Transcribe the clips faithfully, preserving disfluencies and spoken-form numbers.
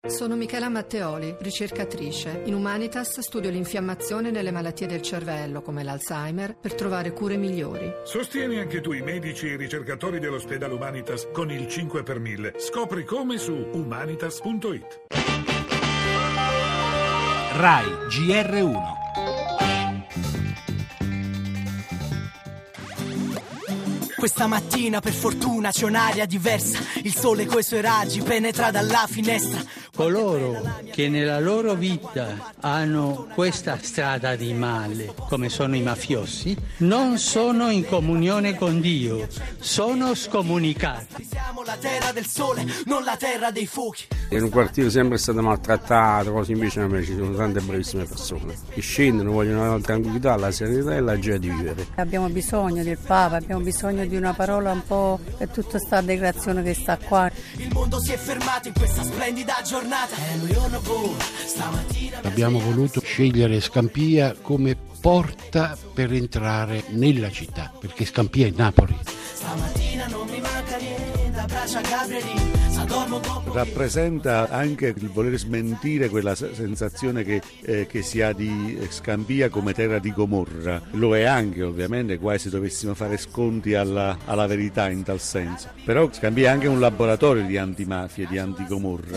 Sono Michela Matteoli, ricercatrice. In Humanitas studio l'infiammazione nelle malattie del cervello, come l'Alzheimer, per trovare cure migliori. Sostieni anche tu i medici e i ricercatori dell'ospedale Humanitas con il cinque per mille. Scopri come su humanitas punto it. Rai G R uno. Questa mattina per fortuna c'è un'aria diversa, il sole coi suoi raggi penetra dalla finestra. Coloro che nella loro vita hanno questa strada di male, come sono i mafiosi, non sono in comunione con Dio, sono scomunicati. Siamo la terra del sole, non la terra dei fuochi. In un quartiere sempre è stato maltrattato, così invece ci sono tante bravissime persone che scendono, vogliono la tranquillità, la serenità e la gioia di vivere. Abbiamo bisogno del Papa, abbiamo bisogno di una parola un po' per tutta sta degradazione che sta qua. Il mondo si è fermato in questa splendida giornata. Abbiamo voluto scegliere Scampia come porta per entrare nella città, perché Scampia è Napoli. Stamattina non mi manca niente, abbraccia Gabrielì. Rappresenta anche il voler smentire quella sensazione che, eh, che si ha di Scampia come terra di Gomorra. Lo è anche, ovviamente, quasi se dovessimo fare sconti alla, alla verità in tal senso. Però Scampia è anche un laboratorio di antimafia, di antigomorra.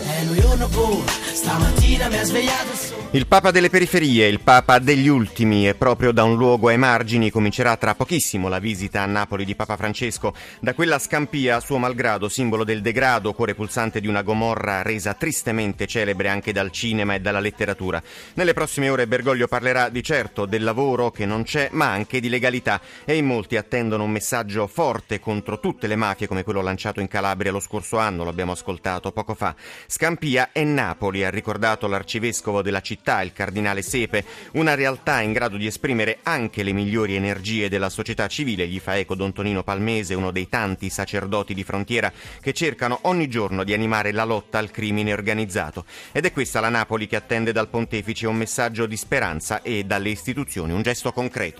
Il Papa delle periferie, il Papa degli ultimi, e proprio da un luogo ai margini comincerà tra pochissimo la visita a Napoli di Papa Francesco. Da quella Scampia, suo malgrado, simbolo del degrado, cuore pulsante di una Gomorra resa tristemente celebre anche dal cinema e dalla letteratura. Nelle prossime ore Bergoglio parlerà di certo del lavoro che non c'è, ma anche di legalità, e in molti attendono un messaggio forte contro tutte le mafie come quello lanciato in Calabria lo scorso anno, lo abbiamo ascoltato poco fa. Scampia è Napoli, ha ricordato l'arcivescovo della città, il cardinale Sepe, una realtà in grado di esprimere anche le migliori energie della società civile, gli fa eco Don Tonino Palmese, uno dei tanti sacerdoti di frontiera che cercano ogni giorno di animare la lotta al crimine organizzato. Ed è questa la Napoli che attende dal pontefice un messaggio di speranza e dalle istituzioni un gesto concreto.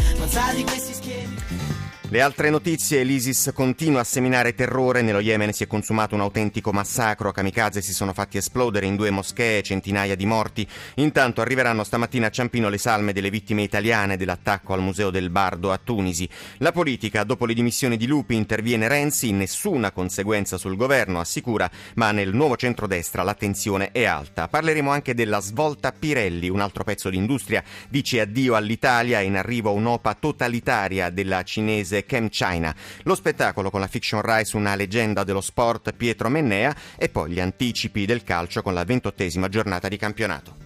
Le altre notizie: l'ISIS continua a seminare terrore, nello Yemen si è consumato un autentico massacro, kamikaze si sono fatti esplodere in due moschee, centinaia di morti. Intanto arriveranno stamattina a Ciampino le salme delle vittime italiane dell'attacco al Museo del Bardo a Tunisi. La politica: dopo le dimissioni di Lupi interviene Renzi, nessuna conseguenza sul governo, assicura, ma nel nuovo centrodestra l'attenzione è alta. Parleremo anche della svolta Pirelli, un altro pezzo di industria dice addio all'Italia, in arrivo un'opa totalitaria della cinese ChemChina. Lo spettacolo con la fiction Rai su una leggenda dello sport, Pietro Mennea, e poi gli anticipi del calcio con la ventottesima giornata di campionato.